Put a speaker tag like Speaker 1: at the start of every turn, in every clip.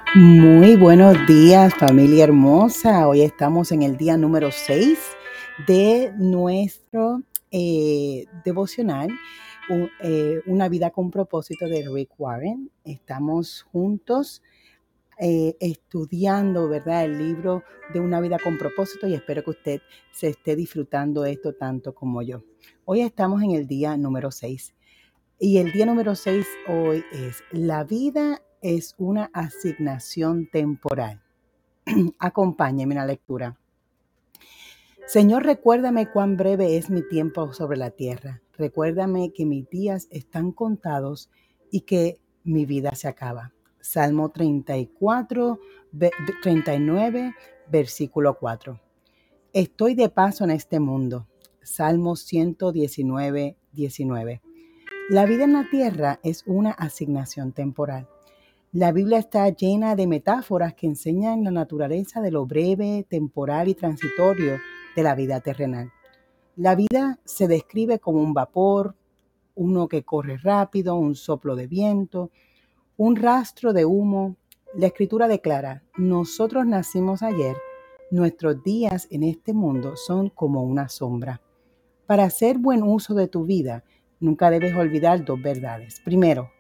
Speaker 1: Muy buenos días, familia hermosa. Hoy estamos en el día número 6 de nuestro devocional, Una vida con propósito de Rick Warren. Estamos juntos estudiando, ¿verdad?, el libro de Una vida con propósito y espero que usted se esté disfrutando esto tanto como yo. Hoy estamos en el día número 6. Y el día número 6 hoy es: la vida es una asignación temporal. Acompáñeme en la lectura. Señor, recuérdame cuán breve es mi tiempo sobre la tierra. Recuérdame que mis días están contados y que mi vida se acaba. Salmo 39, versículo 4. Estoy de paso en este mundo. Salmo 119. La vida en la tierra es una asignación temporal. La Biblia está llena de metáforas que enseñan la naturaleza de lo breve, temporal y transitorio de la vida terrenal. La vida se describe como un vapor, uno que corre rápido, un soplo de viento, un rastro de humo. La Escritura declara: nosotros nacimos ayer, nuestros días en este mundo son como una sombra. Para hacer buen uso de tu vida, nunca debes olvidar dos verdades. Primero,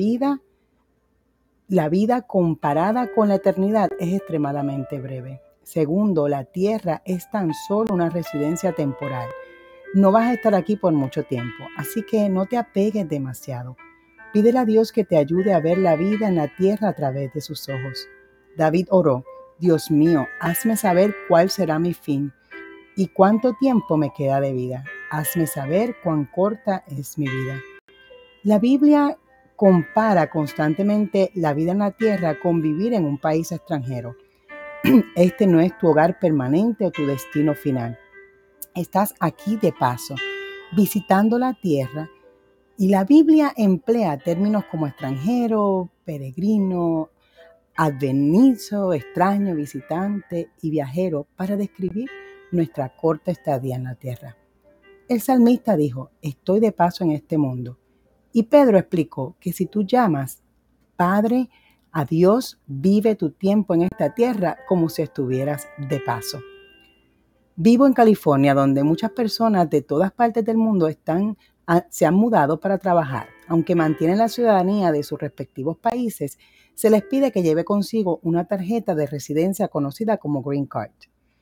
Speaker 1: la vida comparada con la eternidad es extremadamente breve. Segundo, la tierra es tan solo una residencia temporal. No vas a estar aquí por mucho tiempo, así que no te apegues demasiado. Pídele a Dios que te ayude a ver la vida en la tierra a través de sus ojos. David oró: Dios mío, hazme saber cuál será mi fin y cuánto tiempo me queda de vida. Hazme saber cuán corta es mi vida. La Biblia compara constantemente la vida en la tierra con vivir en un país extranjero. Este no es tu hogar permanente o tu destino final. Estás aquí de paso, visitando la tierra, y la Biblia emplea términos como extranjero, peregrino, advenizo, extraño, visitante y viajero para describir nuestra corta estadía en la tierra. El salmista dijo: estoy de paso en este mundo. Y Pedro explicó que si tú llamas Padre a Dios, vive tu tiempo en esta tierra como si estuvieras de paso. Vivo en California, donde muchas personas de todas partes del mundo se han mudado para trabajar. Aunque mantienen la ciudadanía de sus respectivos países, se les pide que lleve consigo una tarjeta de residencia conocida como Green Card,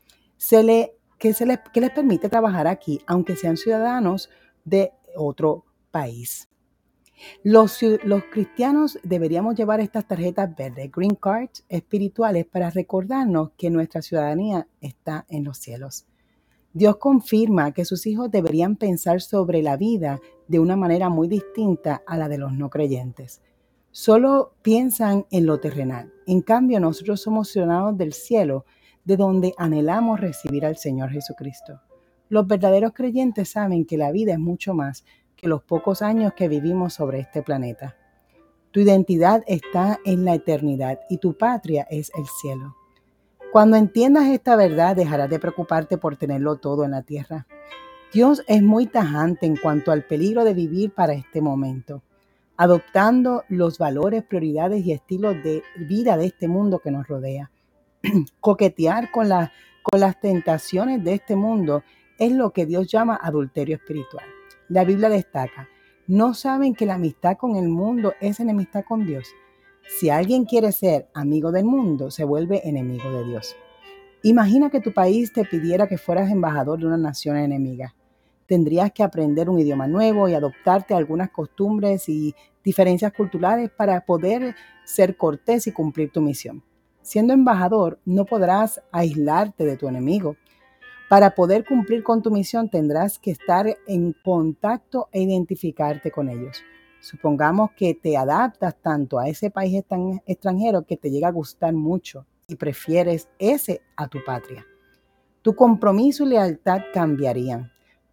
Speaker 1: que les permite trabajar aquí, aunque sean ciudadanos de otro país. Los cristianos deberíamos llevar estas tarjetas verdes, Green Cards espirituales, para recordarnos que nuestra ciudadanía está en los cielos. Dios confirma que sus hijos deberían pensar sobre la vida de una manera muy distinta a la de los no creyentes. Solo piensan en lo terrenal. En cambio, nosotros somos ciudadanos del cielo, de donde anhelamos recibir al Señor Jesucristo. Los verdaderos creyentes saben que la vida es mucho más que los pocos años que vivimos sobre este planeta. Tu identidad está en la eternidad y tu patria es el cielo. Cuando entiendas esta verdad, dejarás de preocuparte por tenerlo todo en la tierra. Dios es muy tajante en cuanto al peligro de vivir para este momento, adoptando los valores, prioridades y estilos de vida de este mundo que nos rodea. Coquetear con las tentaciones de este mundo es lo que Dios llama adulterio espiritual. La Biblia destaca: ¿no saben que la amistad con el mundo es enemistad con Dios? Si alguien quiere ser amigo del mundo, se vuelve enemigo de Dios. Imagina que tu país te pidiera que fueras embajador de una nación enemiga. Tendrías que aprender un idioma nuevo y adoptarte a algunas costumbres y diferencias culturales para poder ser cortés y cumplir tu misión. Siendo embajador, no podrás aislarte de tu enemigo. Para poder cumplir con tu misión, tendrás que estar en contacto e identificarte con ellos. Supongamos que te adaptas tanto a ese país extranjero que te llega a gustar mucho y prefieres ese a tu patria. Tu compromiso y lealtad cambiarían.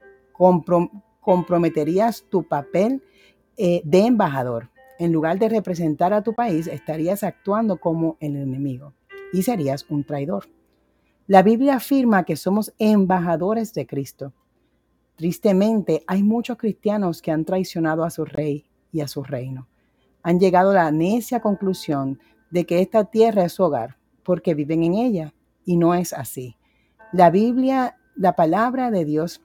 Speaker 1: Comprometerías tu papel de embajador. En lugar de representar a tu país, estarías actuando como el enemigo y serías un traidor. La Biblia afirma que somos embajadores de Cristo. Tristemente, hay muchos cristianos que han traicionado a su rey y a su reino. Han llegado a la necia conclusión de que esta tierra es su hogar, porque viven en ella, y no es así. La Biblia, la palabra de Dios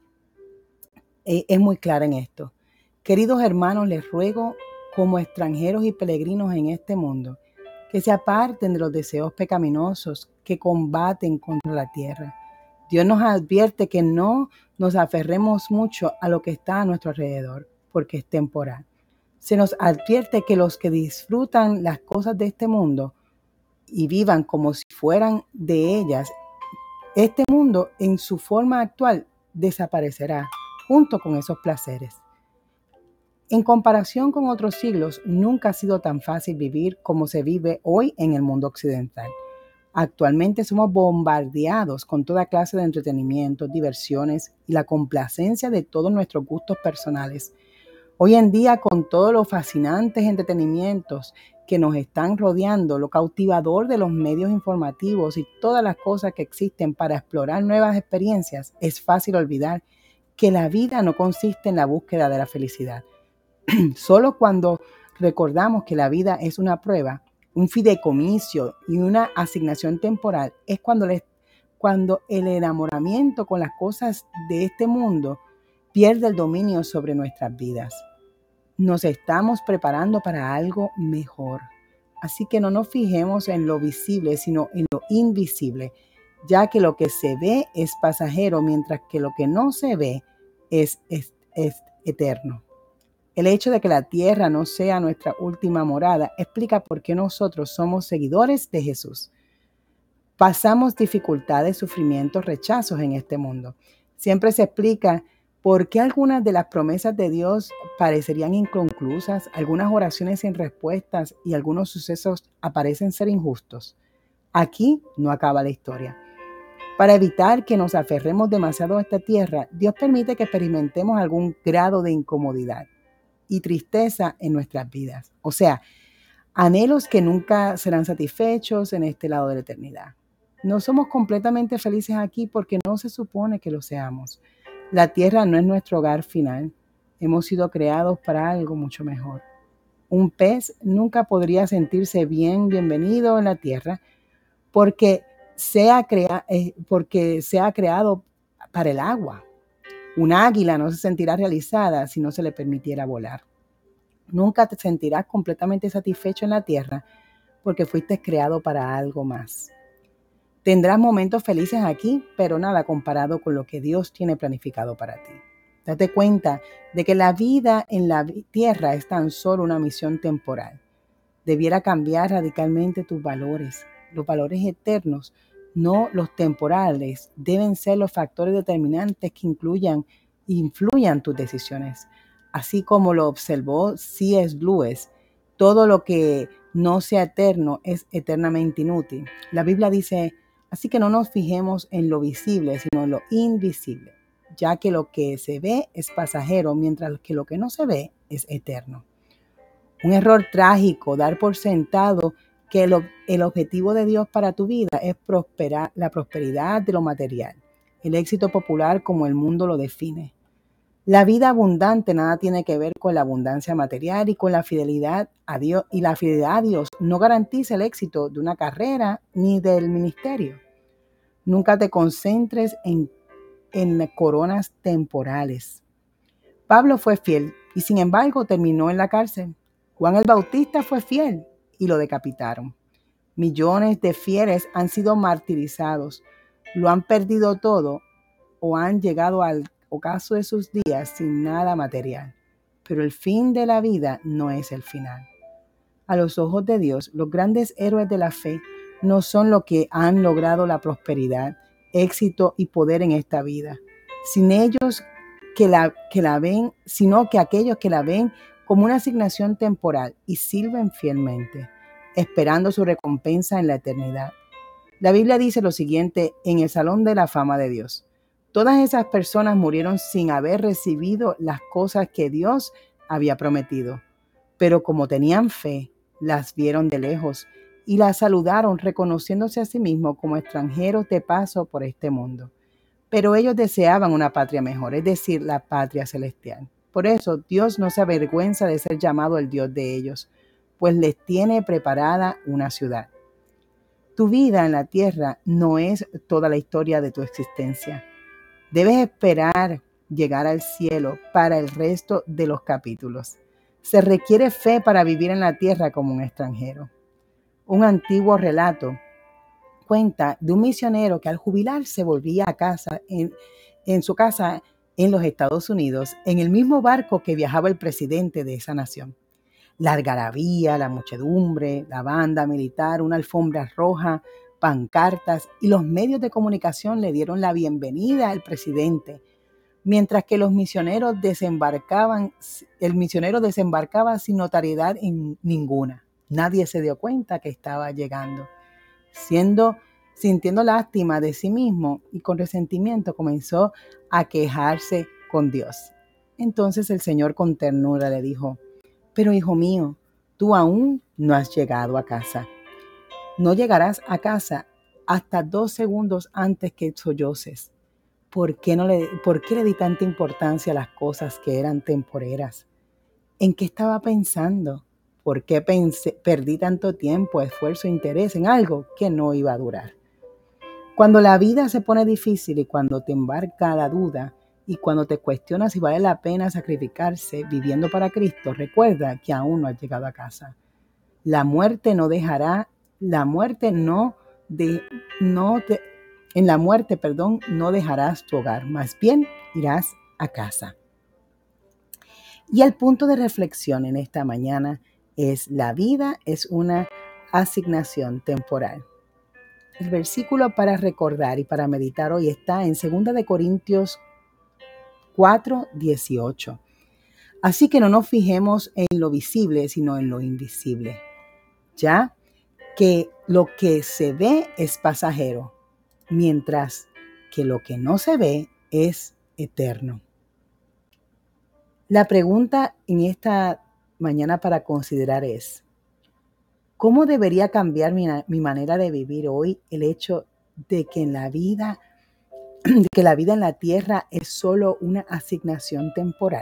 Speaker 1: es muy clara en esto. Queridos hermanos, les ruego, como extranjeros y peregrinos en este mundo, que se aparten de los deseos pecaminosos que combaten contra la tierra. Dios nos advierte que no nos aferremos mucho a lo que está a nuestro alrededor, porque es temporal. Se nos advierte que los que disfrutan las cosas de este mundo y vivan como si fueran de ellas, este mundo en su forma actual desaparecerá junto con esos placeres. En comparación con otros siglos, nunca ha sido tan fácil vivir como se vive hoy en el mundo occidental. Actualmente somos bombardeados con toda clase de entretenimiento, diversiones y la complacencia de todos nuestros gustos personales. Hoy en día, con todos los fascinantes entretenimientos que nos están rodeando, lo cautivador de los medios informativos y todas las cosas que existen para explorar nuevas experiencias, es fácil olvidar que la vida no consiste en la búsqueda de la felicidad. Solo cuando recordamos que la vida es una prueba, un fideicomiso y una asignación temporal, es cuando el enamoramiento con las cosas de este mundo pierde el dominio sobre nuestras vidas. Nos estamos preparando para algo mejor. Así que no nos fijemos en lo visible, sino en lo invisible, ya que lo que se ve es pasajero, mientras que lo que no se ve es eterno. El hecho de que la tierra no sea nuestra última morada explica por qué nosotros somos seguidores de Jesús. Pasamos dificultades, sufrimientos, rechazos en este mundo. Siempre se explica por qué algunas de las promesas de Dios parecerían inconclusas, algunas oraciones sin respuestas y algunos sucesos aparecen ser injustos. Aquí no acaba la historia. Para evitar que nos aferremos demasiado a esta tierra, Dios permite que experimentemos algún grado de incomodidad y tristeza en nuestras vidas. O sea, anhelos que nunca serán satisfechos en este lado de la eternidad. No somos completamente felices aquí porque no se supone que lo seamos. La tierra no es nuestro hogar final. Hemos sido creados para algo mucho mejor. Un pez nunca podría sentirse bienvenido en la tierra porque se ha creado para el agua. Un águila no se sentirá realizada si no se le permitiera volar. Nunca te sentirás completamente satisfecho en la tierra porque fuiste creado para algo más. Tendrás momentos felices aquí, pero nada comparado con lo que Dios tiene planificado para ti. Date cuenta de que la vida en la tierra es tan solo una misión temporal. Debiera cambiar radicalmente tus valores. Los valores eternos, no los temporales, deben ser los factores determinantes que influyan tus decisiones. Así como lo observó C.S. Lewis, todo lo que no sea eterno es eternamente inútil. La Biblia dice, así que no nos fijemos en lo visible, sino en lo invisible, ya que lo que se ve es pasajero, mientras que lo que no se ve es eterno. Un error trágico, dar por sentado que el objetivo de Dios para tu vida es la prosperidad de lo material, el éxito popular como el mundo lo define. La vida abundante nada tiene que ver con la abundancia material y con la fidelidad a Dios, y la fidelidad a Dios no garantiza el éxito de una carrera ni del ministerio. Nunca te concentres en coronas temporales. Pablo fue fiel y sin embargo terminó en la cárcel. Juan el Bautista fue fiel y lo decapitaron. Millones de fieles han sido martirizados, lo han perdido todo o han llegado al ocaso de sus días sin nada material. Pero el fin de la vida no es el final. A los ojos de Dios, los grandes héroes de la fe no son los que han logrado la prosperidad, éxito y poder en esta vida. Sin ellos que la ven, sino que aquellos que la ven como una asignación temporal y sirven fielmente, esperando su recompensa en la eternidad. La Biblia dice lo siguiente en el Salón de la Fama de Dios. Todas esas personas murieron sin haber recibido las cosas que Dios había prometido, pero como tenían fe, las vieron de lejos y las saludaron reconociéndose a sí mismos como extranjeros de paso por este mundo. Pero ellos deseaban una patria mejor, es decir, la patria celestial. Por eso Dios no se avergüenza de ser llamado el Dios de ellos, pues les tiene preparada una ciudad. Tu vida en la tierra no es toda la historia de tu existencia. Debes esperar llegar al cielo para el resto de los capítulos. Se requiere fe para vivir en la tierra como un extranjero. Un antiguo relato cuenta de un misionero que al jubilarse volvía a casa en su casa en los Estados Unidos, en el mismo barco que viajaba el presidente de esa nación. La algarabía, la muchedumbre, la banda militar, una alfombra roja, pancartas y los medios de comunicación le dieron la bienvenida al presidente, mientras que el misionero desembarcaba sin notariedad ninguna. Nadie se dio cuenta que estaba llegando. Sintiendo lástima de sí mismo y con resentimiento, comenzó a quejarse con Dios. Entonces el Señor con ternura le dijo: pero hijo mío, tú aún no has llegado a casa. No llegarás a casa hasta 2 segundos antes que solloses. ¿Por qué le di tanta importancia a las cosas que eran temporeras? ¿En qué estaba pensando? ¿Por qué perdí tanto tiempo, esfuerzo e interés en algo que no iba a durar? Cuando la vida se pone difícil y cuando te embarca la duda y cuando te cuestionas si vale la pena sacrificarse viviendo para Cristo, recuerda que aún no has llegado a casa. En la muerte no dejarás tu hogar, más bien irás a casa. Y el punto de reflexión en esta mañana es: la vida es una asignación temporal. El versículo para recordar y para meditar hoy está en 2 de Corintios 4:18. Así que no nos fijemos en lo visible, sino en lo invisible, ya que lo que se ve es pasajero, mientras que lo que no se ve es eterno. La pregunta en esta mañana para considerar es: ¿cómo debería cambiar mi manera de vivir hoy el hecho de que la vida en la tierra es solo una asignación temporal?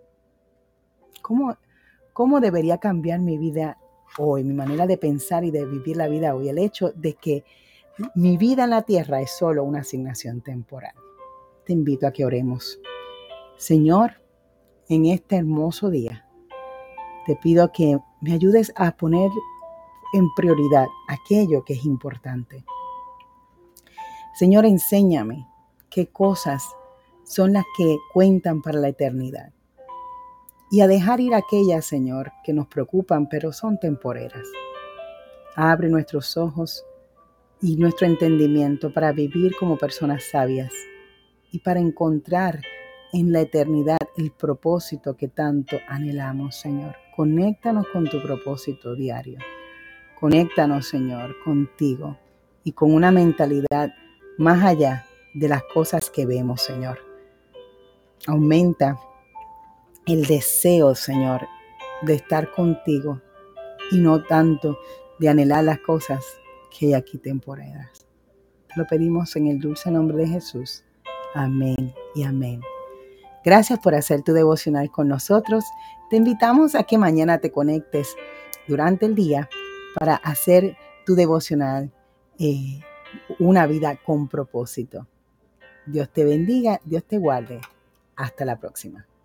Speaker 1: ¿Cómo debería cambiar mi vida hoy, mi manera de pensar y de vivir la vida hoy, el hecho de que mi vida en la tierra es solo una asignación temporal? Te invito a que oremos. Señor, en este hermoso día, te pido que me ayudes a poner en prioridad aquello que es importante. Señor, enséñame qué cosas son las que cuentan para la eternidad y a dejar ir aquellas, Señor, que nos preocupan pero son temporeras. Abre nuestros ojos y nuestro entendimiento para vivir como personas sabias y para encontrar en la eternidad el propósito que tanto anhelamos, Señor. Conéctanos con tu propósito diario. Conéctanos, Señor, contigo y con una mentalidad más allá de las cosas que vemos, Señor. Aumenta el deseo, Señor, de estar contigo y no tanto de anhelar las cosas que hay aquí temporeras. Te lo pedimos en el dulce nombre de Jesús. Amén y amén. Gracias por hacer tu devocional con nosotros. Te invitamos a que mañana te conectes durante el día para hacer tu devocional, una vida con propósito. Dios te bendiga, Dios te guarde. Hasta la próxima.